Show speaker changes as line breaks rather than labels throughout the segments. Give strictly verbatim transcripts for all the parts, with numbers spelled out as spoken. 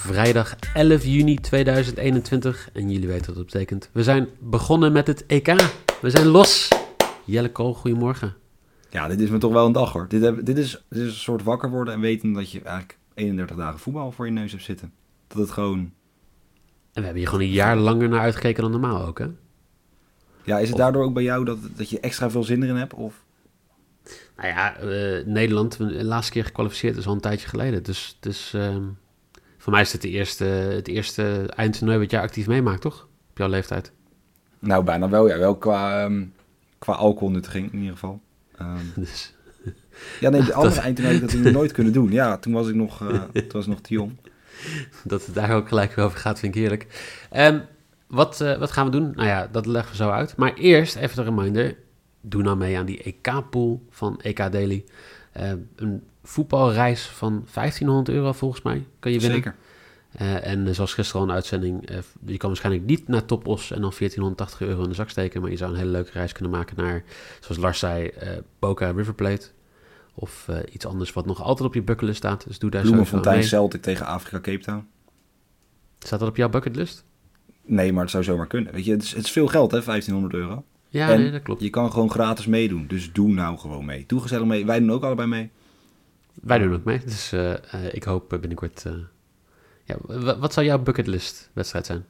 vrijdag elf juni tweeduizend eenentwintig. En jullie weten wat dat betekent. We zijn begonnen met het E K. We zijn los. Jelle Kool, goedemorgen.
Ja, dit is me toch wel een dag hoor. Dit, heb, dit, is, dit is een soort wakker worden en weten dat je eigenlijk eenendertig dagen voetbal voor je neus hebt zitten. Dat het gewoon...
En we hebben hier gewoon een jaar langer naar uitgekeken dan normaal ook, hè?
Ja, is het
Of...
daardoor ook bij jou dat, dat je extra veel zin erin hebt? Of...
Nou ja, uh, Nederland, de laatste keer gekwalificeerd is al een tijdje geleden. Dus, dus uh, voor mij is het de eerste, het eerste eindtoernooi wat jij actief meemaakt, toch? Op jouw leeftijd.
Nou, bijna wel. Ja, wel qua, um, qua alcoholnuttiging in ieder geval. Um,
dus...
Ja, nee, de andere dat... eindtoernooi had ik nog nooit kunnen doen. Ja, toen was ik nog, uh, toen was ik nog te jong.
Dat het daar ook gelijk weer over gaat, vind ik heerlijk. Um, wat, uh, wat gaan we doen? Nou ja, dat leggen we zo uit. Maar eerst even een reminder. Doe nou mee aan die E K-pool van E K Daily. Uh, een voetbalreis van vijftienhonderd euro volgens mij kan je winnen.
Zeker.
Uh, en uh, zoals gisteren al een uitzending, uh, je kan waarschijnlijk niet naar Topos en dan veertienhonderdtachtig euro in de zak steken, maar je zou een hele leuke reis kunnen maken naar, zoals Lars zei, uh, Boca River Plate. Of uh, iets anders wat nog altijd op je bucketlist staat. Dus doe daar zo
Bloemenfontein Celtic tegen Afrika Cape Town.
Staat dat op jouw bucketlist?
Nee, maar het zou zomaar kunnen. Weet je, het is, het is veel geld hè, vijftienhonderd euro.
Ja,
en
nee, dat klopt.
Je kan gewoon gratis meedoen. Dus doe nou gewoon mee. Doe gezellig mee. Wij doen ook allebei mee.
Wij doen ook mee. Dus uh, uh, ik hoop binnenkort... Uh, ja, w- wat zou jouw bucketlist wedstrijd zijn?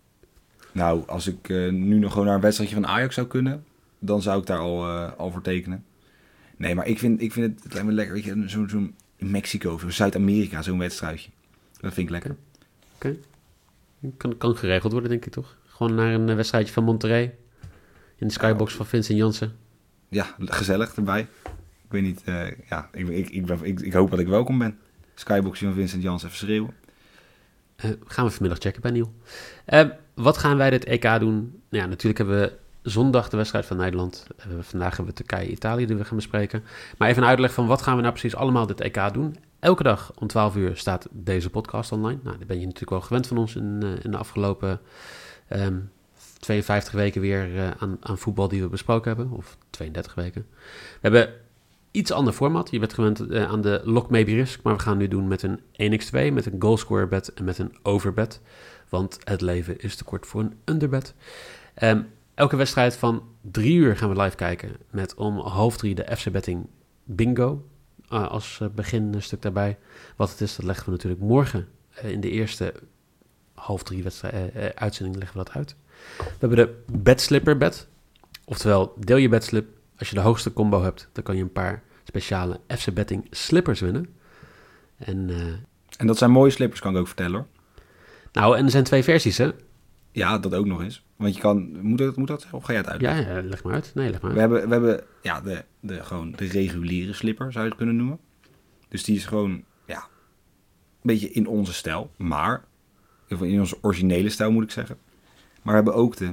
Nou, als ik uh, nu nog gewoon naar een wedstrijdje van Ajax zou kunnen, dan zou ik daar al, uh, al voor tekenen. Nee, maar ik vind, ik vind het, het lijkt me lekker. Weet je, zo'n zo in Mexico of Zuid-Amerika, zo'n wedstrijdje. Dat vind ik lekker.
Oké. Okay. Kan, kan geregeld worden, denk ik toch? Gewoon naar een wedstrijdje van Monterrey. In de skybox ja, van Vincent Janssen.
Ja, gezellig erbij. Ik weet niet, uh, ja, ik, ik, ik, ben, ik, ik hoop dat ik welkom ben. Skyboxje van Vincent Janssen, even schreeuwen.
Uh, gaan we vanmiddag checken bij Niel. Uh, wat gaan wij dit E K doen? Nou ja, natuurlijk hebben we zondag de wedstrijd van Nederland. Uh, vandaag hebben we Turkije-Italië die we gaan bespreken. Maar even een uitleg van wat gaan we nou precies allemaal dit E K doen. Elke dag om twaalf uur staat deze podcast online. Nou, dat ben je natuurlijk wel gewend van ons in, uh, in de afgelopen um, tweeënvijftig weken weer uh, aan, aan voetbal die we besproken hebben. Of tweeëndertig weken. We hebben iets ander format. Je bent gewend uh, aan de Lock Maybe Risk. Maar we gaan nu doen met een één bij twee, met een goalscorer bet en met een overbet. Want het leven is te kort voor een underbet. Um, elke wedstrijd van drie uur gaan we live kijken. Met om half drie de F C Betting Bingo. Uh, als uh, beginstuk daarbij. Wat het is, dat leggen we natuurlijk morgen uh, in de eerste half drie wedstrijd, uh, uh, uitzending leggen we dat uit. We hebben de Betslipper bet. Oftewel, deel je betslip. Als je de hoogste combo hebt, dan kan je een paar speciale F C Betting slippers winnen. En, uh,
en dat zijn mooie slippers, kan ik ook vertellen hoor.
Nou, en er zijn twee versies, hè?
Ja, dat ook nog eens. Want je kan... Moet dat, moet dat of ga jij het uitleggen?
Ja, ja, leg maar uit. Nee, leg maar uit.
We hebben, we hebben ja, de, de, gewoon de reguliere slipper, zou je het kunnen noemen. Dus die is gewoon, ja, een beetje in onze stijl. Maar, in onze originele stijl moet ik zeggen. Maar we hebben ook de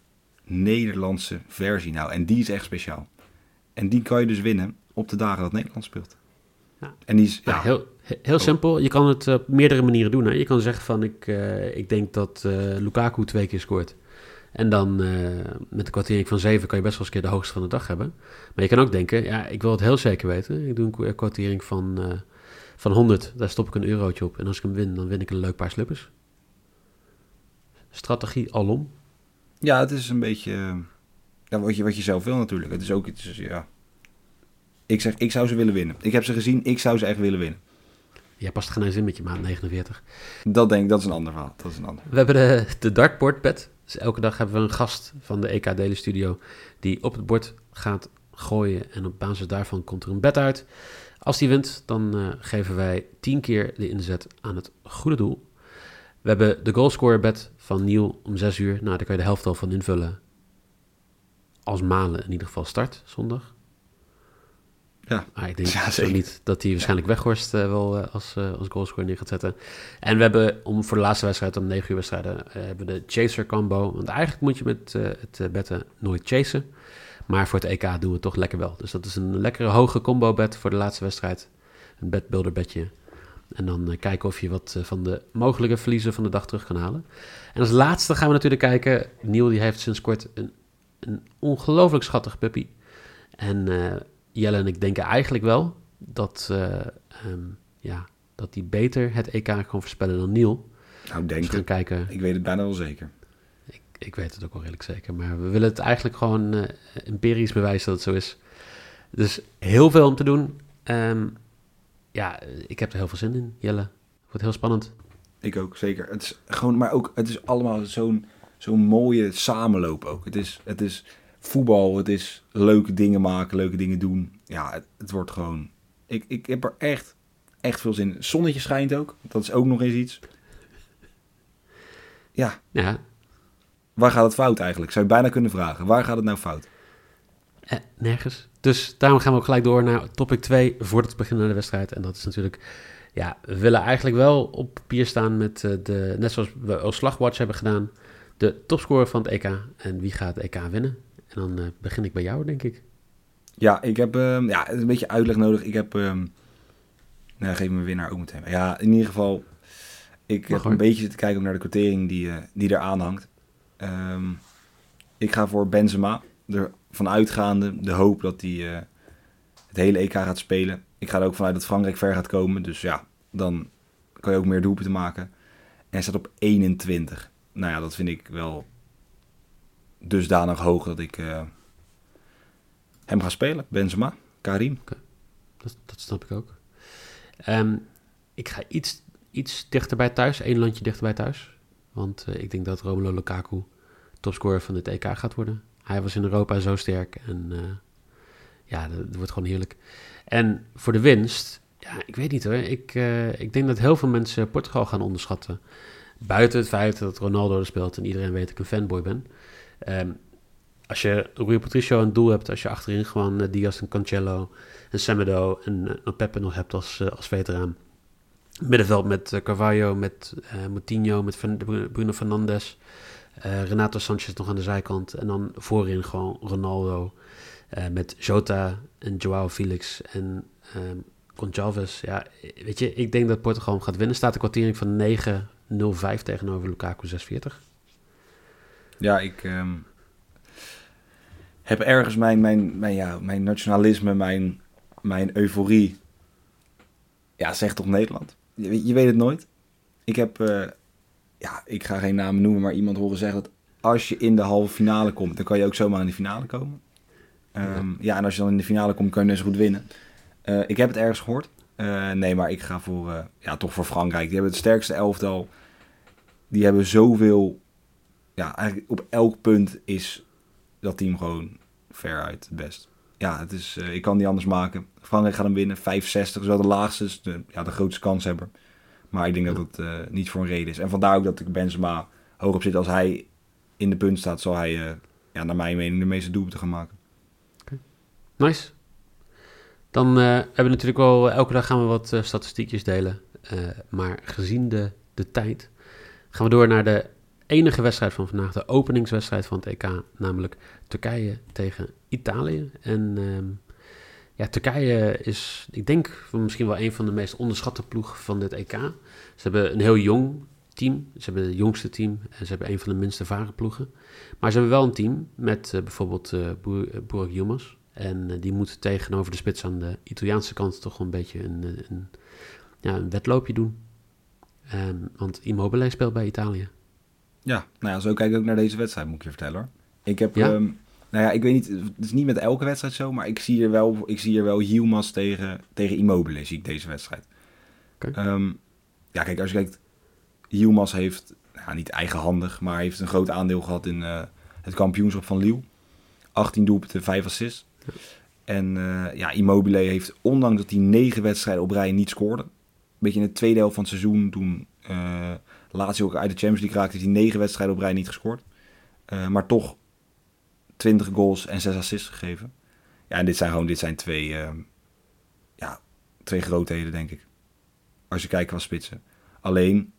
Nederlandse versie nou. En die is echt speciaal. En die kan je dus winnen op de dagen dat Nederland speelt.
Ja.
En die is,
ja,
ja,
heel, heel simpel. Je kan het op meerdere manieren doen. Hè. Je kan zeggen van, ik, uh, ik denk dat uh, Lukaku twee keer scoort. En dan uh, met een kwartering van zeven kan je best wel eens een keer de hoogste van de dag hebben. Maar je kan ook denken, ja, ik wil het heel zeker weten. Ik doe een kwartering van, uh, van honderd. Daar stop ik een eurotje op. En als ik hem win, dan win ik een leuk paar slippers. Strategie alom.
Ja, het is een beetje uh, ja, wat, je, wat je zelf wil natuurlijk. Het is ook iets, ja... Ik zeg, ik zou ze willen winnen. Ik heb ze gezien, ik zou ze echt willen winnen.
Jij past geen zin met je maat negenenveertig.
Dat denk ik, dat is een ander verhaal. Dat is een ander.
We hebben de, de dartboard bet. Dus elke dag hebben we een gast van de E K Daily Studio die op het bord gaat gooien. En op basis daarvan komt er een bet uit. Als die wint, dan uh, geven wij tien keer de inzet aan het goede doel. We hebben de goalscorer bet van Niel om zes uur. Nou, daar kan je de helft al van invullen. Als Malen in ieder geval start, zondag.
Ja,
ah, ik denk
ja,
zo niet dat hij waarschijnlijk Weghorst uh, wel uh, als, uh, als goalscorer neer gaat zetten. En we hebben, om voor de laatste wedstrijd om negen uur wedstrijden, uh, hebben we de chaser combo. Want eigenlijk moet je met uh, het uh, betten nooit chasen. Maar voor het E K doen we het toch lekker wel. Dus dat is een lekkere hoge combo bet voor de laatste wedstrijd. Een betbuilder bedje. En dan uh, kijken of je wat uh, van de mogelijke verliezen van de dag terug kan halen. En als laatste gaan we natuurlijk kijken. Niel die heeft sinds kort een, een ongelooflijk schattig puppy. En uh, Jelle en ik denken eigenlijk wel dat uh, um, ja, dat hij beter het E K kan voorspellen dan Niel.
Nou, denk
Dus we gaan kijken.
Ik weet het bijna wel zeker.
Ik, ik weet het ook wel redelijk zeker. Maar we willen het eigenlijk gewoon uh, empirisch bewijzen dat het zo is. Dus heel veel om te doen. Um, ja, ik heb er heel veel zin in, Jelle. Wordt heel spannend.
Ik ook, zeker. Het is gewoon, maar ook, het is allemaal zo'n, zo'n mooie samenloop ook. Het is, het is voetbal, het is leuke dingen maken, leuke dingen doen. Ja, het, het wordt gewoon... Ik, ik heb er echt, echt veel zin in. Zonnetje schijnt ook, dat is ook nog eens iets. Ja.
Ja.
Waar gaat het fout eigenlijk? Zou je bijna kunnen vragen. Waar gaat het nou fout?
Eh, nergens. Dus daarom gaan we ook gelijk door naar topic twee voordat we beginnen naar de wedstrijd. En dat is natuurlijk... Ja, we willen eigenlijk wel op papier staan met uh, de... Net zoals we als Slagwatch hebben gedaan. De topscorer van het E K. En wie gaat het E K winnen? En dan uh, begin ik bij jou, denk ik.
Ja, ik heb uh, ja, een beetje uitleg nodig. Ik heb... Uh, nou, geef me winnaar ook meteen. Ja, in ieder geval... Ik heb een beetje zitten kijken naar de quotering die, uh, die er aan hangt. Um, ik ga voor Benzema. Ervan uitgaande de hoop dat hij uh, het hele E K gaat spelen. Ik ga er ook vanuit dat Frankrijk ver gaat komen. Dus ja, dan kan je ook meer doelpunten maken. En hij staat op eenentwintig. Nou ja, dat vind ik wel dusdanig hoog dat ik uh, hem ga spelen. Benzema, Karim.
Okay. Dat, dat snap ik ook. Um, ik ga iets, iets dichterbij thuis. Eén landje dichterbij thuis. Want uh, ik denk dat Romelu Lukaku topscorer van het E K gaat worden. Hij was in Europa zo sterk. En uh, ja, dat, dat wordt gewoon heerlijk. En voor de winst, ja, ik weet niet hoor. Ik, uh, ik denk dat heel veel mensen Portugal gaan onderschatten. Buiten het feit dat Ronaldo er speelt en iedereen weet dat ik een fanboy ben. Um, als je Rui Patricio aan het doel hebt, als je achterin gewoon uh, Diaz en Cancelo en Semedo en uh, Pepe nog hebt als, uh, als veteraan. Middenveld met uh, Carvalho, met uh, Moutinho, met Van, Bruno Fernandes. Uh, Renato Sanchez nog aan de zijkant. En dan voorin gewoon Ronaldo. Uh, met Jota en Joao Felix en um, Gonçalves. Ja, weet je, ik denk dat Portugal gaat winnen. Staat de kwartering van negen nul vijf tegenover Lukaku zes veertig.
Ja, ik um, heb ergens mijn, mijn, mijn, ja, mijn nationalisme, mijn, mijn euforie. Ja, zeg toch Nederland. Je, je weet het nooit. Ik heb, uh, ja, ik ga geen namen noemen, maar iemand horen zeggen dat als je in de halve finale komt, dan kan je ook zomaar in de finale komen. Um, ja. ja, en als je dan in de finale komt, kan je net zo goed winnen. Uh, ik heb het ergens gehoord. Uh, nee, maar ik ga voor, uh, ja, toch voor Frankrijk. Die hebben het sterkste elftal. Die hebben zoveel... Ja, eigenlijk op elk punt is dat team gewoon veruit het best. Ja, het is, uh, ik kan niet anders maken. Frankrijk gaat hem winnen. vijfenzestig is wel de laagste, dus de, ja, de grootste kans hebben. Maar ik denk dat het uh, niet voor een reden is. En vandaar ook dat ik Benzema hoog op zit. Als hij in de punt staat, zal hij, uh, ja, naar mijn mening, de meeste doelpunten gaan maken.
Nice. Dan uh, hebben we natuurlijk wel... Elke dag gaan we wat uh, statistiekjes delen. Uh, maar gezien de, de tijd... gaan we door naar de enige wedstrijd van vandaag. De openingswedstrijd van het E K. Namelijk Turkije tegen Italië. En uh, ja, Turkije is... Ik denk misschien wel een van de meest onderschatte ploegen van dit E K. Ze hebben een heel jong team. Ze hebben het jongste team. En ze hebben een van de minst ervaren ploegen. Maar ze hebben wel een team met uh, bijvoorbeeld uh, Burak Yilmaz. En uh, die moet tegenover de spits aan de Italiaanse kant toch wel een beetje een, een, ja, een wedloopje doen. Um, want Immobile speelt bij Italië.
Ja, nou ja, zo kijk ik ook naar deze wedstrijd, moet ik je vertellen hoor. Ik heb,
ja?
Um, nou ja, ik weet niet, het is niet met elke wedstrijd zo, maar ik zie er wel, ik zie er wel Yilmaz tegen, tegen Immobile, zie ik deze wedstrijd.
Okay.
Um, ja, kijk, als je kijkt, Yilmaz heeft, nou, niet eigenhandig, maar heeft een groot aandeel gehad in uh, het kampioenschap van Lille. achttien doelpunten, vijf assists. Ja. En uh, ja, Immobile heeft, ondanks dat hij negen wedstrijden op rij niet scoorde, een beetje in de tweede helft van het seizoen, toen uh, Lazio ook uit de Champions League raakte, heeft hij negen wedstrijden op rij niet gescoord. Uh, maar toch twintig goals en zes assists gegeven. Ja, en dit zijn gewoon, dit zijn twee, uh, ja, twee grootheden, denk ik. Als je kijkt qua spitsen. Alleen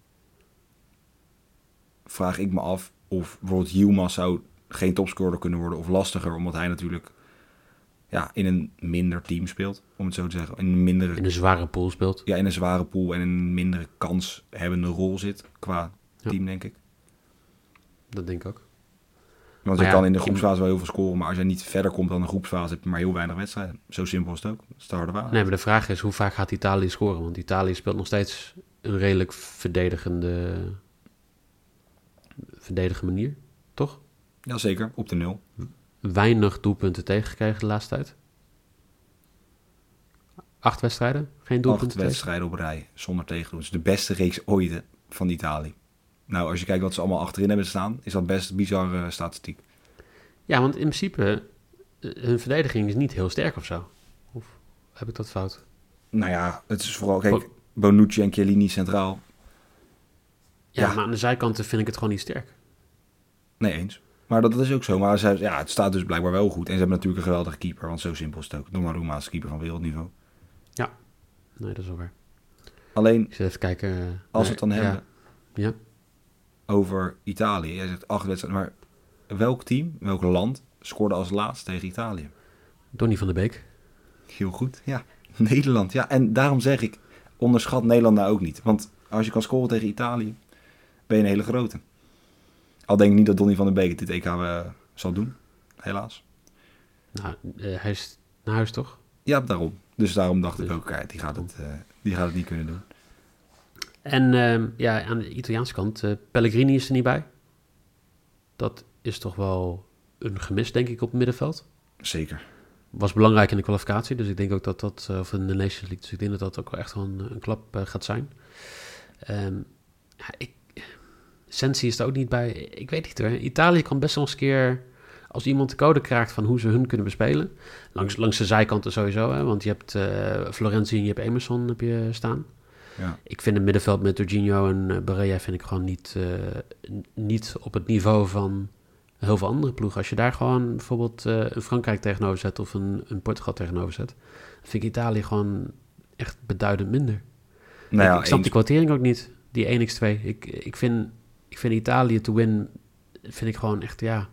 vraag ik me af of bijvoorbeeld Yilmaz zou geen topscorer kunnen worden of lastiger, omdat hij natuurlijk ja, in een minder team speelt, om het zo te zeggen. In een, mindere,
in een zware pool speelt.
Ja, in een zware pool en in een mindere kans hebbende rol zit qua ja. team, denk ik.
Dat denk ik ook.
Maar Want
Maar
je
ja,
kan in de
je-
groepsfase wel heel veel scoren, maar als je niet verder komt dan de groepsfase, heb je maar heel weinig wedstrijden. Zo simpel is het ook. Dat is de harde waarheid.
Nee, maar de vraag is, hoe vaak gaat Italië scoren? Want Italië speelt nog steeds een redelijk verdedigende, verdedigende manier, toch?
Jazeker, op de nul.
Weinig doelpunten tegengekregen de laatste tijd. Acht wedstrijden, geen
Acht
doelpunten tegen.
wedstrijden op rij, zonder tegendoen. Het is de beste reeks ooit hè, van Italië. Nou, als je kijkt wat ze allemaal achterin hebben staan, is dat best een bizarre statistiek.
Ja, want in principe, eh, hun verdediging is niet heel sterk of zo. Of heb ik dat fout?
Nou ja, het is vooral, kijk,
Wat-
Bonucci en Chiellini centraal.
Ja,
Ja.
maar aan de zijkanten vind ik het gewoon niet sterk.
Nee eens. Maar dat, dat is ook zo. Maar ze, ja, het staat dus blijkbaar wel goed. En ze hebben natuurlijk een geweldige keeper, want zo simpel is het ook. Donnarumma is keeper van wereldniveau.
Nee, dat is wel waar.
Alleen,
Ik zit even kijken. eh,
als we het dan
naar-
hebben
Ja, ja.
over Italië. Jij zegt acht wedstrijden, maar welk team, welk land scoorde als laatst tegen Italië?
Donny van der Beek.
Heel goed, ja. Nederland, ja. En daarom zeg ik, onderschat Nederland nou ook niet. Want als je kan scoren tegen Italië, ben je een hele grote. Al denk ik niet dat Donny van der Beek het dit E K eh, zal doen, helaas.
Nou, eh, hij is naar huis toch?
Ja, daarom. Dus daarom dacht ik
Dus-
ook, kijk, die gaat het, eh, die gaat het niet kunnen doen.
En ehm, ja, aan de Italiaanse kant, eh, Pellegrini is er niet bij. Dat is toch wel een gemis, denk ik, op het middenveld.
Zeker.
Was belangrijk in de kwalificatie, dus ik denk ook dat dat, eh, of in de Nations League, dus ik denk dat dat ook wel echt wel een, een klap eh, gaat zijn. Ehm ja, ik, Sensi is er ook niet bij. Ik weet niet hoor. Italië kan best wel eens een keer, als iemand de code krijgt van hoe ze hun kunnen bespelen, langs, langs de zijkanten sowieso, hè, want je hebt uh, Florenzi en je hebt Emerson heb je staan.
Ja.
Ik vind het middenveld met Jorginho en uh, Barella vind ik gewoon niet, uh, niet op het niveau van heel veel andere ploegen. Als je daar gewoon bijvoorbeeld uh, een Frankrijk tegenover zet of een, een Portugal tegenover zet, dan vind ik Italië gewoon echt beduidend minder.
Nou ja,
ik, ik snap
eens.
die kwartering ook niet, die één tegen twee. Ik, ik, vind, ik vind Italië to win, vind ik gewoon echt, ja...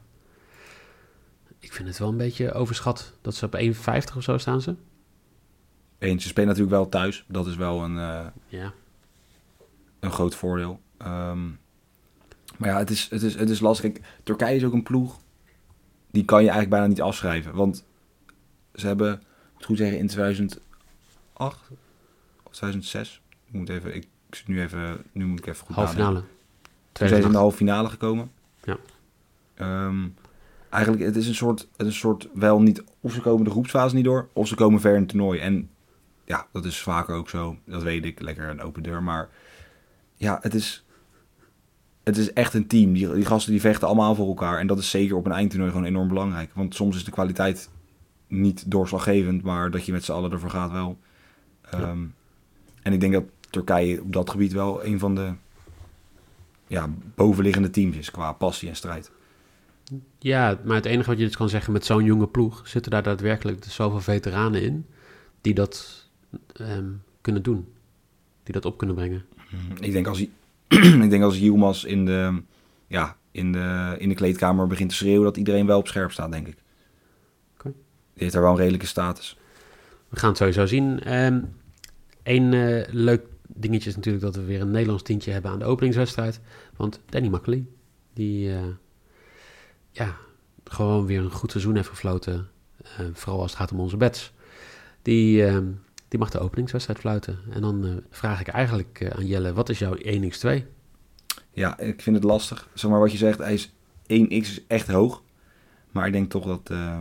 Ik vind het wel een beetje overschat dat ze op één vijftig of zo staan ze.
Eens, ze spelen natuurlijk wel thuis. Dat is wel een, uh,
Ja.
een groot voordeel. Um, maar ja, het is, het, is, het is lastig. Kijk, Turkije is ook een ploeg, die kan je eigenlijk bijna niet afschrijven. Want ze hebben, ik moet goed zeggen, in tweeduizend acht of tweeduizend zes... Ik moet even, ik zit nu even, nu moet ik even goed
Halve
nadenken.
finale.
Toen zijn ze in de halve finale gekomen.
Ja.
Um, eigenlijk, het is een soort, het is een soort wel niet, of ze komen de groepsfase niet door, of ze komen ver in het toernooi. En ja, dat is vaker ook zo. Dat weet ik, lekker een open deur. Maar ja, het is, het is echt een team. Die, die gasten die vechten allemaal voor elkaar. En dat is zeker op een eindtoernooi gewoon enorm belangrijk. Want soms is de kwaliteit niet doorslaggevend, maar dat je met z'n allen ervoor gaat wel. Um, ja. En ik denk dat Turkije op dat gebied wel een van de ja, bovenliggende teams is qua passie en strijd.
Ja, maar het enige wat je dus kan zeggen met zo'n jonge ploeg, zitten daar daadwerkelijk dus zoveel veteranen in die dat um, kunnen doen. Die dat op kunnen brengen.
Ik denk als, ik denk als Yilmaz in de, ja, in, de, in de kleedkamer begint te schreeuwen, dat iedereen wel op scherp staat, denk ik.
Okay.
Die heeft daar wel een redelijke status.
We gaan het sowieso zien. Um, Eén uh, leuk dingetje is natuurlijk dat we weer een Nederlands tientje hebben aan de openingswedstrijd. Want Danny Makkely, die uh, ja, gewoon weer een goed seizoen heeft gefloten. Uh, vooral als het gaat om onze bets. Die, uh, die mag de openingswedstrijd fluiten. En dan uh, vraag ik eigenlijk uh, aan Jelle, wat is jouw één x twee?
Ja, ik vind het lastig. Zeg maar wat je zegt, hij is één x is echt hoog. Maar ik denk toch dat, uh,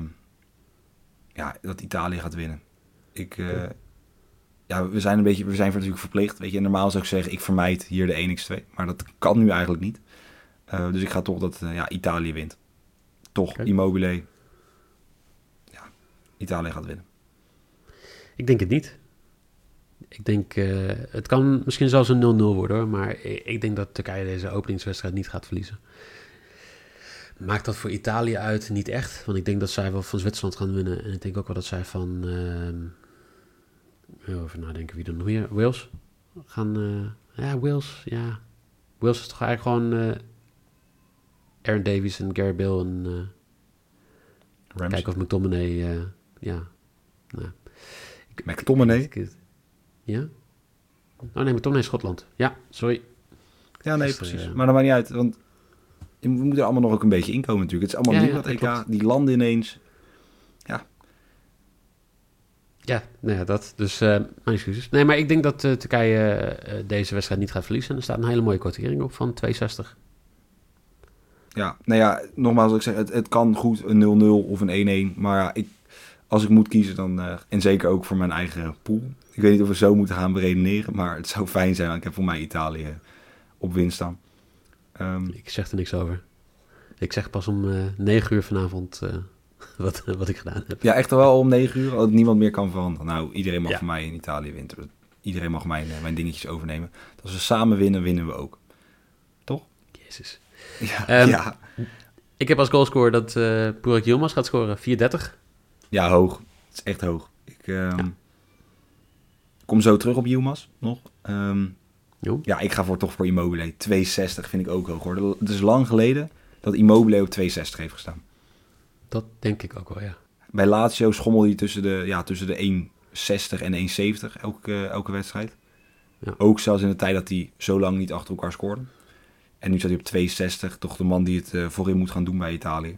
ja, dat Italië gaat winnen. Ik... Uh, okay. Ja, we zijn een beetje, we zijn natuurlijk verplicht. Weet je, en normaal zou ik zeggen, ik vermijd hier de één x twee. Maar dat kan nu eigenlijk niet. Uh, dus ik ga toch dat uh, ja, Italië wint. Toch, okay. Immobile. Ja, Italië gaat winnen.
Ik denk het niet. Ik denk, uh, het kan misschien zelfs een nul nul worden hoor. Maar ik denk dat Turkije deze openingswedstrijd niet gaat verliezen. Maakt dat voor Italië uit? Niet echt. Want ik denk dat zij wel van Zwitserland gaan winnen. En ik denk ook wel dat zij van... Uh, Even nadenken wie er nog meer. Wales. Gaan, uh, ja, Wales, ja. Wales is toch eigenlijk gewoon uh, Aaron Davies en Gary Bill en uh, kijken of McTominay, uh, ja. Nou,
ik, McTominay?
Ik, ik, ja? Oh nee, McTominay is Schotland. Ja, sorry.
Ja, nee, precies. Uh, maar dat maakt niet uit, want we moeten er allemaal nog ook een beetje inkomen natuurlijk. Het is allemaal
Ja,
nieuw,
ja,
dat E K.
klopt.
Die landen ineens.
Ja, nou ja, dat. Dus uh, mijn excuses. Nee, maar ik denk dat uh, Turkije uh, deze wedstrijd niet gaat verliezen. Er staat een hele mooie quotering op van twee komma zestig.
Ja, nou ja, nogmaals, wat ik zeg, het, het kan goed een nul nul of een één één. Maar ja, ik, als ik moet kiezen, dan... Uh, en zeker ook voor mijn eigen pool. Ik weet niet of we zo moeten gaan beredeneren, maar het zou fijn zijn. Want ik heb voor mij Italië op winst staan. Um,
ik zeg er niks over. Ik zeg pas om uh, negen uur vanavond uh, wat, uh, wat ik gedaan heb.
Ja, echt wel om negen uur, dat niemand meer kan veranderen. Nou, iedereen mag
ja.
voor mij in Italië winnen. Iedereen mag mijn, uh, mijn dingetjes overnemen. Als we samen winnen, winnen we ook. Toch?
Jezus.
Ja, um, ja.
Ik heb als goalscorer dat uh, Burak Yilmaz gaat scoren, vier dertig.
Ja, hoog. Het is echt hoog. Ik um, ja. kom zo terug op Yilmaz nog. Um, ja, ik ga voor, toch voor Immobile. twee zestig vind ik ook hoog hoor. Het is lang geleden dat Immobile op twee zestig heeft gestaan.
Dat denk ik ook wel, ja.
Bij Lazio schommelde hij tussen de, ja, tussen de één zestig en één zeventig elke, elke wedstrijd. Ja. Ook zelfs in de tijd dat hij zo lang niet achter elkaar scoorde. En nu staat hij op twee zestig, toch de man die het uh, voorin moet gaan doen bij Italië.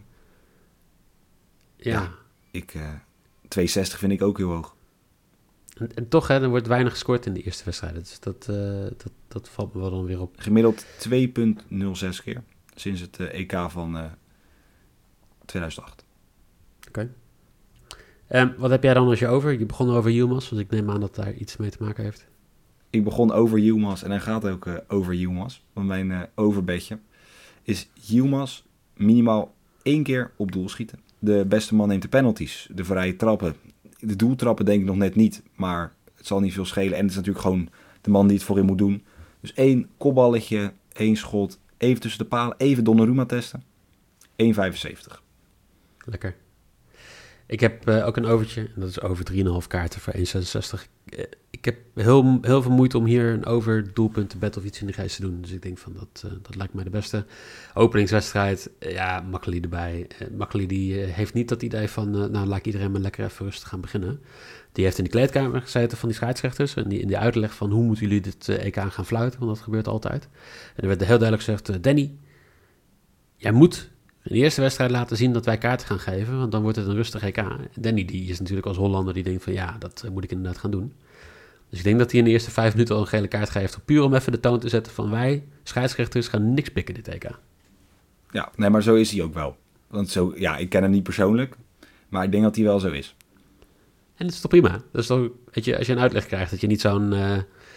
Ja. ja
ik, uh, twee zestig vind ik ook heel hoog.
En, en toch, hè, er wordt weinig gescoord in de eerste wedstrijden. Dus dat, uh, dat, dat valt me wel dan weer op.
Gemiddeld twee komma nul zes keer sinds het uh, E K van uh, tweeduizend acht.
Oké. Okay. Um, wat heb jij dan als je over? Je begon over Yilmaz, dus ik neem aan dat daar iets mee te maken heeft.
Ik begon over Yilmaz en hij gaat ook uh, over Yilmaz. Want mijn uh, overbedje is Yilmaz minimaal één keer op doel schieten. De beste man neemt de penalties, de vrije trappen. De doeltrappen denk ik nog net niet, maar het zal niet veel schelen. En het is natuurlijk gewoon de man die het voorin moet doen. Dus één kopballetje, één schot, even tussen de palen, even Donnarumma testen. één komma vijfenzeventig.
Lekker. Ik heb uh, ook een overtje, en dat is over drie komma vijf kaarten voor één komma zesenzestig. Uh, ik heb heel, heel veel moeite om hier een over doelpunten bed of iets in de geest te doen. Dus ik denk van, dat, uh, dat lijkt mij de beste openingswedstrijd. Uh, ja, Makkeli erbij. Uh, Makkeli die uh, heeft niet dat idee van, uh, nou laat iedereen maar lekker even rustig gaan beginnen. Die heeft in de kleedkamer gezeten van die scheidsrechters. En die, in die uitleg van, hoe moeten jullie dit uh, E K gaan fluiten? Want dat gebeurt altijd. En er werd heel duidelijk gezegd, uh, Danny, jij moet in de eerste wedstrijd laten zien dat wij kaarten gaan geven, want dan wordt het een rustig E K. Danny die is natuurlijk als Hollander, die denkt van ja, dat moet ik inderdaad gaan doen. Dus ik denk dat hij in de eerste vijf minuten al een gele kaart geeft, puur om even de toon te zetten van wij, scheidsrechters, gaan niks pikken dit E K.
Ja, nee, maar zo is hij ook wel. Want zo, ja, ik ken hem niet persoonlijk, maar ik denk dat hij wel zo is.
En het is toch prima? Dat is toch, weet je, als je een uitleg krijgt, dat je niet zo'n, uh,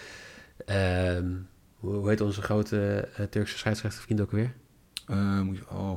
uh, hoe heet onze grote uh, Turkse scheidsrechtervriend ook weer?
Uh, moet je, oh...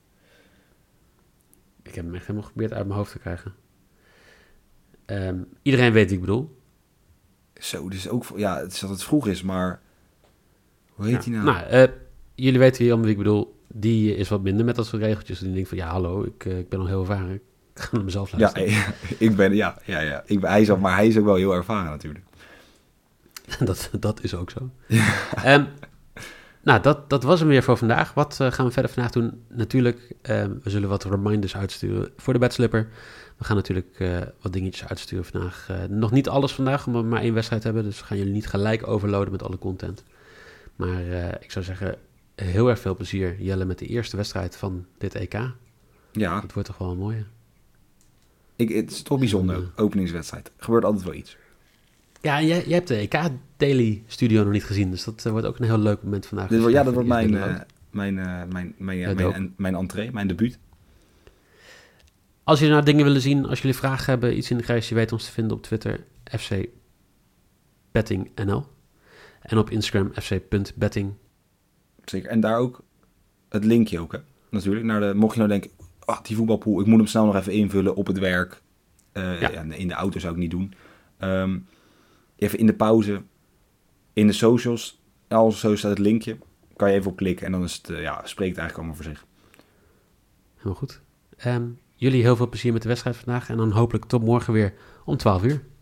Ik heb hem echt helemaal geprobeerd uit mijn hoofd te krijgen. Um, iedereen weet wie ik bedoel.
Zo, dus ook... Ja, het is dat het vroeg is, maar... Hoe heet hij
ja,
nou?
Nou, uh, jullie weten wie allemaal wie ik bedoel. Die is wat minder met dat soort regeltjes. Die denkt van, ja, hallo, ik, uh, ik ben al heel ervaren. Ik ga naar mezelf luisteren.
Ja, ik ben... Ja, ja, ja. Ik ben, hij is al, maar hij is ook wel heel ervaren natuurlijk.
dat, dat is ook zo. Ja. Um, Nou, dat, dat was hem weer voor vandaag. Wat uh, gaan we verder vandaag doen? Natuurlijk, uh, we zullen wat reminders uitsturen voor de bedslipper. We gaan natuurlijk uh, wat dingetjes uitsturen vandaag. Uh, nog niet alles vandaag, omdat we maar één wedstrijd hebben. Dus we gaan jullie niet gelijk overloaden met alle content. Maar uh, ik zou zeggen, heel erg veel plezier, Jelle, met de eerste wedstrijd van dit E K.
Ja.
Het wordt toch wel een mooie.
Ik, het is toch bijzonder, uh, openingswedstrijd. Er gebeurt altijd wel iets.
Ja, jij, jij hebt de E K-daily studio nog niet gezien, dus dat uh, wordt ook een heel leuk moment vandaag.
Dit wordt, ja, dat wordt mijn, uh, mijn, uh, mijn, mijn, ja, mijn, mijn, mijn entree, mijn debuut.
Als jullie nou dingen willen zien, als jullie vragen hebben, iets in de grijs, je weet ons te vinden op Twitter, F C Betting N L. En op Instagram, F C punt betting.
Zeker, en daar ook het linkje ook, hè? Natuurlijk. Naar de, mocht je nou denken, oh, die voetbalpool, ik moet hem snel nog even invullen op het werk. Uh, ja. Ja, in de auto zou ik niet doen. Um, even in de pauze, in de socials, al zo staat het linkje, kan je even op klikken en dan is het, uh, ja, spreekt het eigenlijk allemaal voor zich.
Helemaal goed. Um, jullie heel veel plezier met de wedstrijd vandaag en dan hopelijk tot morgen weer om twaalf uur.